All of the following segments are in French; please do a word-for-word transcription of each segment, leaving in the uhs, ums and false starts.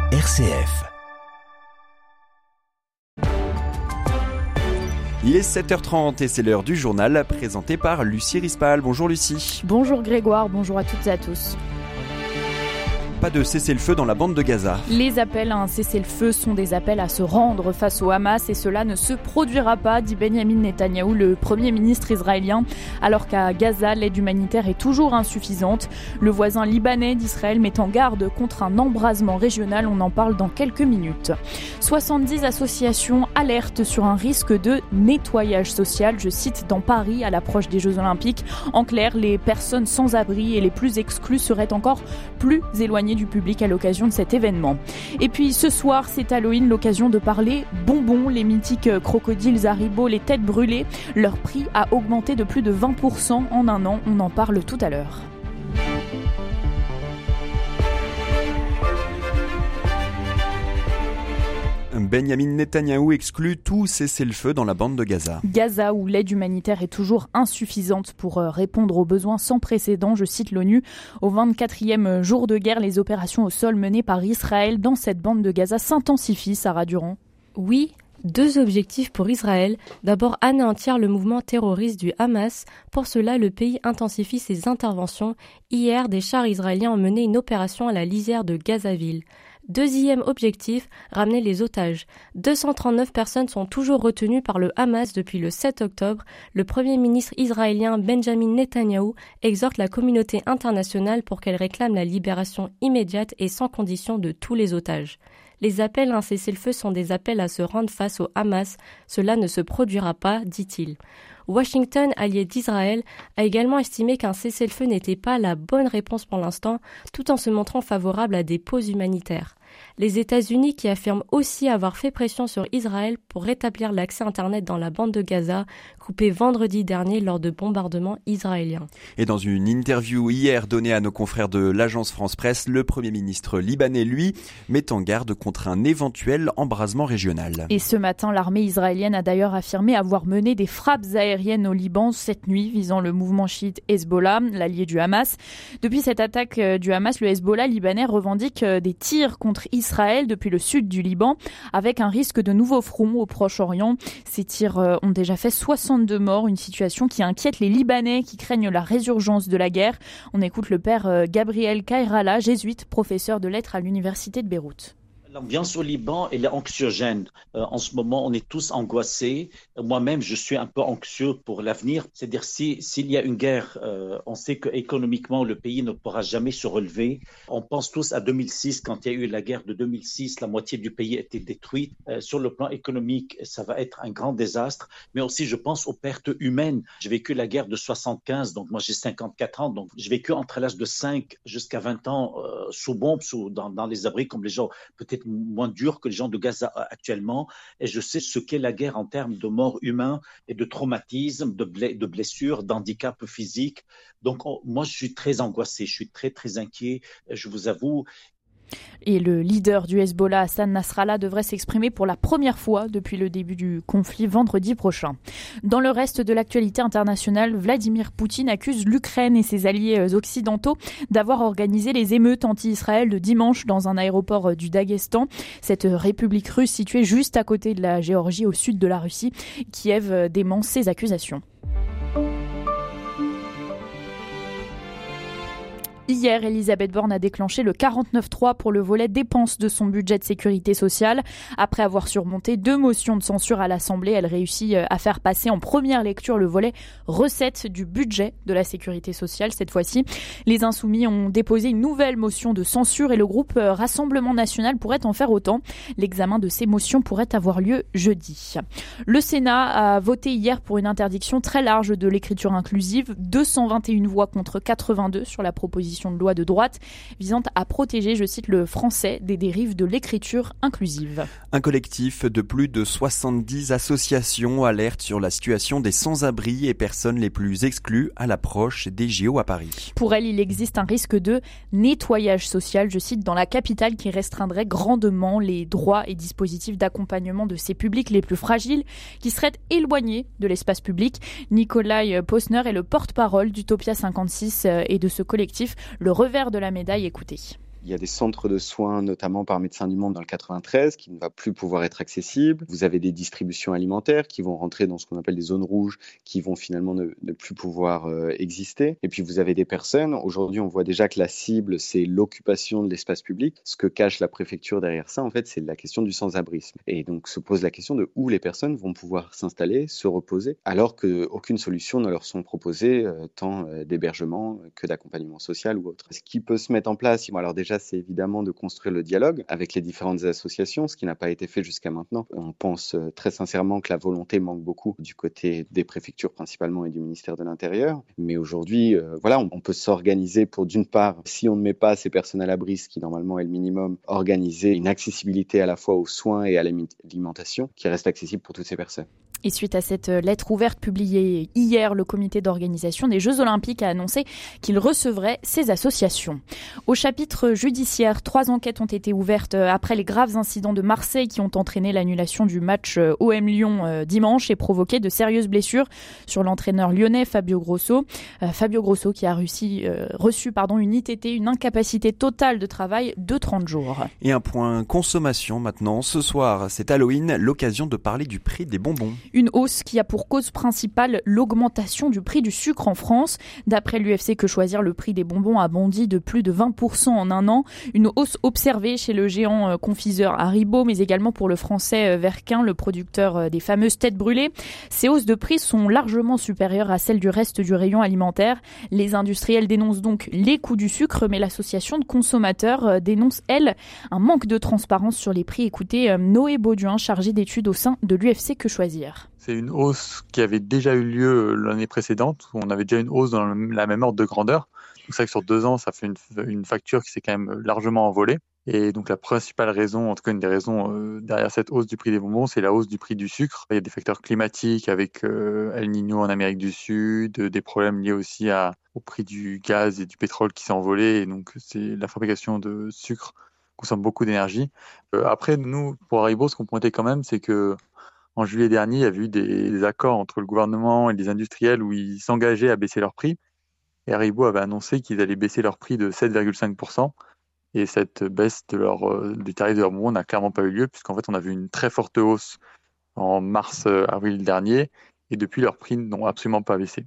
R C F. Il est sept heures trente et c'est l'heure du journal présenté par Lucie Rispal. Bonjour Lucie. Bonjour Grégoire, bonjour à toutes et à tous. Pas de cessez-le-feu dans la bande de Gaza. Les appels à un cessez-le-feu sont des appels à se rendre face au Hamas et cela ne se produira pas, dit Benjamin Netanyahou, le Premier ministre israélien, alors qu'à Gaza, l'aide humanitaire est toujours insuffisante. Le voisin libanais d'Israël met en garde contre un embrasement régional, on en parle dans quelques minutes. soixante-dix associations alertent sur un risque de nettoyage social, je cite, dans Paris à l'approche des Jeux Olympiques. En clair, les personnes sans abri et les plus exclues seraient encore plus éloignées du public à l'occasion de cet événement. Et puis ce soir, c'est Halloween, l'occasion de parler bonbons, les mythiques crocodiles Haribo, les têtes brûlées. Leur prix a augmenté de plus de vingt pour cent en un an, on en parle tout à l'heure. Benjamin Netanyahou exclut tout cessez-le-feu dans la bande de Gaza. Gaza, où l'aide humanitaire est toujours insuffisante pour répondre aux besoins sans précédent, je cite l'ONU. Au vingt-quatrième jour de guerre, les opérations au sol menées par Israël dans cette bande de Gaza s'intensifient, Sarah Durand. Oui, deux objectifs pour Israël. D'abord, anéantir le mouvement terroriste du Hamas. Pour cela, le pays intensifie ses interventions. Hier, des chars israéliens ont mené une opération à la lisière de Gazaville. Deuxième objectif, ramener les otages. deux cent trente-neuf personnes sont toujours retenues par le Hamas depuis le sept octobre. Le Premier ministre israélien Benjamin Netanyahou exhorte la communauté internationale pour qu'elle réclame la libération immédiate et sans condition de tous les otages. Les appels à un cessez-le-feu sont des appels à se rendre face au Hamas. Cela ne se produira pas, dit-il. Washington, allié d'Israël, a également estimé qu'un cessez-le-feu n'était pas la bonne réponse pour l'instant, tout en se montrant favorable à des pauses humanitaires. Les États-Unis, qui affirment aussi avoir fait pression sur Israël pour rétablir l'accès Internet dans la bande de Gaza, coupé vendredi dernier lors de bombardements israéliens. Et dans une interview hier donnée à nos confrères de l'agence France-Presse, le Premier ministre libanais, lui, met en garde contre un éventuel embrasement régional. Et ce matin, l'armée israélienne a d'ailleurs affirmé avoir mené des frappes aériennes au Liban cette nuit, visant le mouvement chiite Hezbollah, l'allié du Hamas. Depuis cette attaque du Hamas, le Hezbollah libanais revendique des tirs contre Israël depuis le sud du Liban, avec un risque de nouveaux fronts au Proche-Orient. Ces tirs ont déjà fait soixante-deux morts, une situation qui inquiète les Libanais qui craignent la résurgence de la guerre. On écoute le père Gabriel Kairala, jésuite, professeur de lettres à l'université de Beyrouth. L'ambiance au Liban, elle est anxiogène. Euh, en ce moment, on est tous angoissés. Moi-même, je suis un peu anxieux pour l'avenir. C'est-à-dire, si, s'il y a une guerre, euh, on sait qu'économiquement, le pays ne pourra jamais se relever. On pense tous à deux mille six, quand il y a eu la guerre de deux mille six, la moitié du pays était détruite. Euh, sur le plan économique, ça va être un grand désastre. Mais aussi, je pense aux pertes humaines. J'ai vécu la guerre de soixante-quinze, donc moi j'ai cinquante-quatre ans. Donc j'ai vécu entre l'âge de cinq jusqu'à vingt ans euh, sous bombe, sous, dans, dans les abris, comme les gens peut-être moins dur que les gens de Gaza actuellement, et je sais ce qu'est la guerre en termes de morts humains et de traumatismes, de, bla- de blessures, d'handicap physique. Donc on, moi je suis très angoissé, je suis très très inquiet, je vous avoue. Et le leader du Hezbollah, Hassan Nasrallah, devrait s'exprimer pour la première fois depuis le début du conflit vendredi prochain. Dans le reste de l'actualité internationale, Vladimir Poutine accuse l'Ukraine et ses alliés occidentaux d'avoir organisé les émeutes anti-Israël de dimanche dans un aéroport du Daghestan. Cette république russe située juste à côté de la Géorgie au sud de la Russie. Kiev dément ces accusations. Hier, Elisabeth Borne a déclenché le quarante-neuf trois pour le volet dépenses de son budget de sécurité sociale. Après avoir surmonté deux motions de censure à l'Assemblée, elle réussit à faire passer en première lecture le volet recettes du budget de la sécurité sociale. Cette fois-ci, les Insoumis ont déposé une nouvelle motion de censure et le groupe Rassemblement National pourrait en faire autant. L'examen de ces motions pourrait avoir lieu jeudi. Le Sénat a voté hier pour une interdiction très large de l'écriture inclusive. deux cent vingt et une voix contre quatre-vingt-deux sur la proposition de loi de droite visant à protéger, je cite, le français des dérives de l'écriture inclusive. Un collectif de plus de soixante-dix associations alerte sur la situation des sans-abri et personnes les plus exclues à l'approche des J O à Paris. Pour elles, il existe un risque de nettoyage social, je cite, dans la capitale qui restreindrait grandement les droits et dispositifs d'accompagnement de ces publics les plus fragiles qui seraient éloignés de l'espace public. Nikolai Posner est le porte-parole d'Utopia cinquante-six et de ce collectif. Le revers de la médaille, écoutez. Il y a des centres de soins, notamment par Médecins du Monde dans le quatre-vingt-treize, qui ne va plus pouvoir être accessible. Vous avez des distributions alimentaires qui vont rentrer dans ce qu'on appelle des zones rouges, qui vont finalement ne, ne plus pouvoir euh, exister. Et puis vous avez des personnes, aujourd'hui on voit déjà que la cible, c'est l'occupation de l'espace public. Ce que cache la préfecture derrière ça, en fait, c'est la question du sans-abrisme. Et donc se pose la question de où les personnes vont pouvoir s'installer, se reposer, alors qu'aucune solution ne leur sont proposées, euh, tant euh, d'hébergement que d'accompagnement social ou autre. Ce qui peut se mettre en place, bon, alors déjà c'est évidemment de construire le dialogue avec les différentes associations, ce qui n'a pas été fait jusqu'à maintenant. On pense euh, très sincèrement que la volonté manque beaucoup du côté des préfectures principalement et du ministère de l'Intérieur. Mais aujourd'hui, euh, voilà, on, on peut s'organiser pour, d'une part, si on ne met pas ces personnes à l'abri, ce qui normalement est le minimum, organiser une accessibilité à la fois aux soins et à l'alimentation qui reste accessible pour toutes ces personnes. Et suite à cette lettre ouverte publiée hier, le comité d'organisation des Jeux Olympiques a annoncé qu'il recevrait ces associations. Au chapitre judiciaire, trois enquêtes ont été ouvertes après les graves incidents de Marseille qui ont entraîné l'annulation du match O M Lyon dimanche et provoqué de sérieuses blessures sur l'entraîneur lyonnais Fabio Grosso. Euh, Fabio Grosso qui a reçu, euh, reçu pardon, une I T T, une incapacité totale de travail de trente jours. Et un point consommation maintenant. Ce soir, c'est Halloween, l'occasion de parler du prix des bonbons. Une hausse qui a pour cause principale l'augmentation du prix du sucre en France. D'après l'U F C Que Choisir, le prix des bonbons a bondi de plus de vingt pour cent en un an. Une hausse observée chez le géant confiseur Haribo, mais également pour le français Verquin, le producteur des fameuses têtes brûlées. Ces hausses de prix sont largement supérieures à celles du reste du rayon alimentaire. Les industriels dénoncent donc les coûts du sucre, mais l'association de consommateurs dénonce, elle, un manque de transparence sur les prix. Écoutez Noé Bauduin, chargé d'études au sein de l'U F C Que Choisir. C'est une hausse qui avait déjà eu lieu l'année précédente, où on avait déjà une hausse dans la même ordre de grandeur. Donc c'est vrai que sur deux ans, ça fait une, une facture qui s'est quand même largement envolée. Et donc la principale raison, en tout cas une des raisons euh, derrière cette hausse du prix des bonbons, c'est la hausse du prix du sucre. Il y a des facteurs climatiques avec euh, El Niño en Amérique du Sud, des problèmes liés aussi à, au prix du gaz et du pétrole qui s'est envolé. Et donc c'est la fabrication de sucre consomme beaucoup d'énergie. Euh, après, nous, pour Haribo, ce qu'on pointait quand même, c'est que en juillet dernier, il y avait eu des, des accords entre le gouvernement et les industriels où ils s'engageaient à baisser leurs prix. Et Haribo avait annoncé qu'ils allaient baisser leur prix de sept virgule cinq pour cent. Et cette baisse de leur, euh, du tarif de leur bonbon n'a clairement pas eu lieu, puisqu'en fait, on a vu une très forte hausse en mars-avril dernier. Et depuis, leurs prix n'ont absolument pas baissé.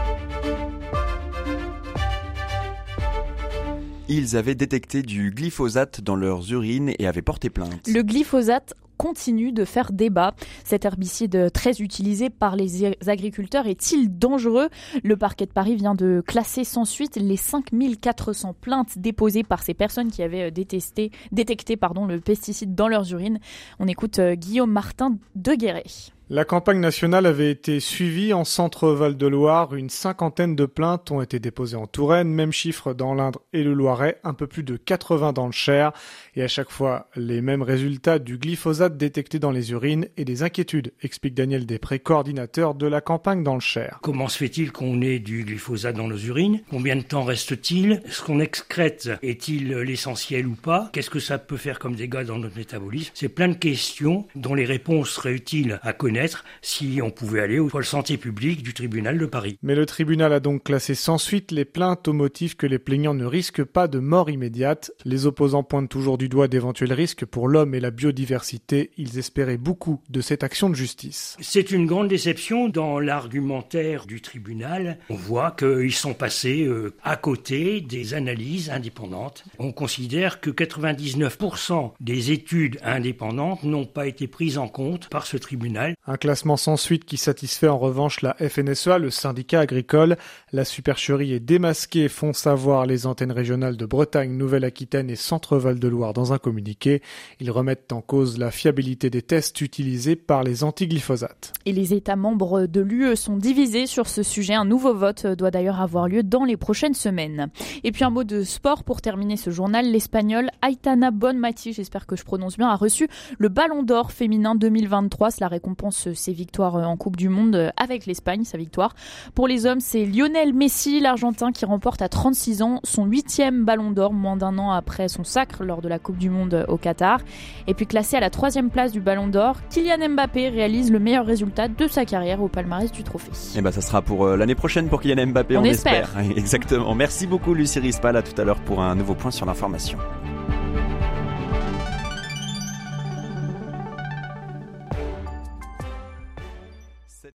Ils avaient détecté du glyphosate dans leurs urines et avaient porté plainte. Le glyphosate continue de faire débat. Cet herbicide très utilisé par les agriculteurs est-il dangereux ? Le parquet de Paris vient de classer sans suite les cinq mille quatre cents plaintes déposées par ces personnes qui avaient détesté, détecté pardon, le pesticide dans leurs urines. On écoute Guillaume Martin de Guéret. La campagne nationale avait été suivie en Centre-Val de Loire. Une cinquantaine de plaintes ont été déposées en Touraine. Même chiffre dans l'Indre et le Loiret, un peu plus de quatre-vingts dans le Cher. Et à chaque fois, les mêmes résultats du glyphosate détecté dans les urines et des inquiétudes, explique Daniel Després, coordinateur de la campagne dans le Cher. Comment se fait-il qu'on ait du glyphosate dans nos urines ? Combien de temps reste-t-il ? Ce qu'on excrète, est-il l'essentiel ou pas ? Qu'est-ce que ça peut faire comme dégâts dans notre métabolisme ? C'est plein de questions dont les réponses seraient utiles à connaître si on pouvait aller au pôle santé publique du tribunal de Paris. Mais le tribunal a donc classé sans suite les plaintes au motif que les plaignants ne risquent pas de mort immédiate. Les opposants pointent toujours du doigt d'éventuels risques pour l'homme et la biodiversité. Ils espéraient beaucoup de cette action de justice. C'est une grande déception dans l'argumentaire du tribunal. On voit qu'ils sont passés euh, à côté des analyses indépendantes. On considère que quatre-vingt-dix-neuf pour cent des études indépendantes n'ont pas été prises en compte par ce tribunal. Un classement sans suite qui satisfait en revanche la F N S E A, le syndicat agricole. La supercherie est démasquée, font savoir les antennes régionales de Bretagne, Nouvelle-Aquitaine et Centre-Val de Loire dans un communiqué. Ils remettent en cause la fiabilité des tests utilisés par les antiglyphosates. Et les États membres de l'U E sont divisés sur ce sujet. Un nouveau vote doit d'ailleurs avoir lieu dans les prochaines semaines. Et puis un mot de sport pour terminer ce journal. L'Espagnole Aitana Bonmati, j'espère que je prononce bien, a reçu le Ballon d'Or féminin deux mille vingt-trois. Cela récompense ses victoires en Coupe du Monde avec l'Espagne, sa victoire. Pour les hommes, c'est Lionel Messi, l'Argentin, qui remporte à trente-six ans son huitième Ballon d'Or, moins d'un an après son sacre lors de la Coupe du Monde au Qatar. Et puis classé à la troisième place du Ballon d'Or, Kylian Mbappé réalise le meilleur résultat de sa carrière au palmarès du trophée. Et bah ça sera pour euh, l'année prochaine pour Kylian Mbappé, on, on espère. espère. Exactement. Merci beaucoup Lucie Rispal, à tout à l'heure pour un nouveau point sur l'information.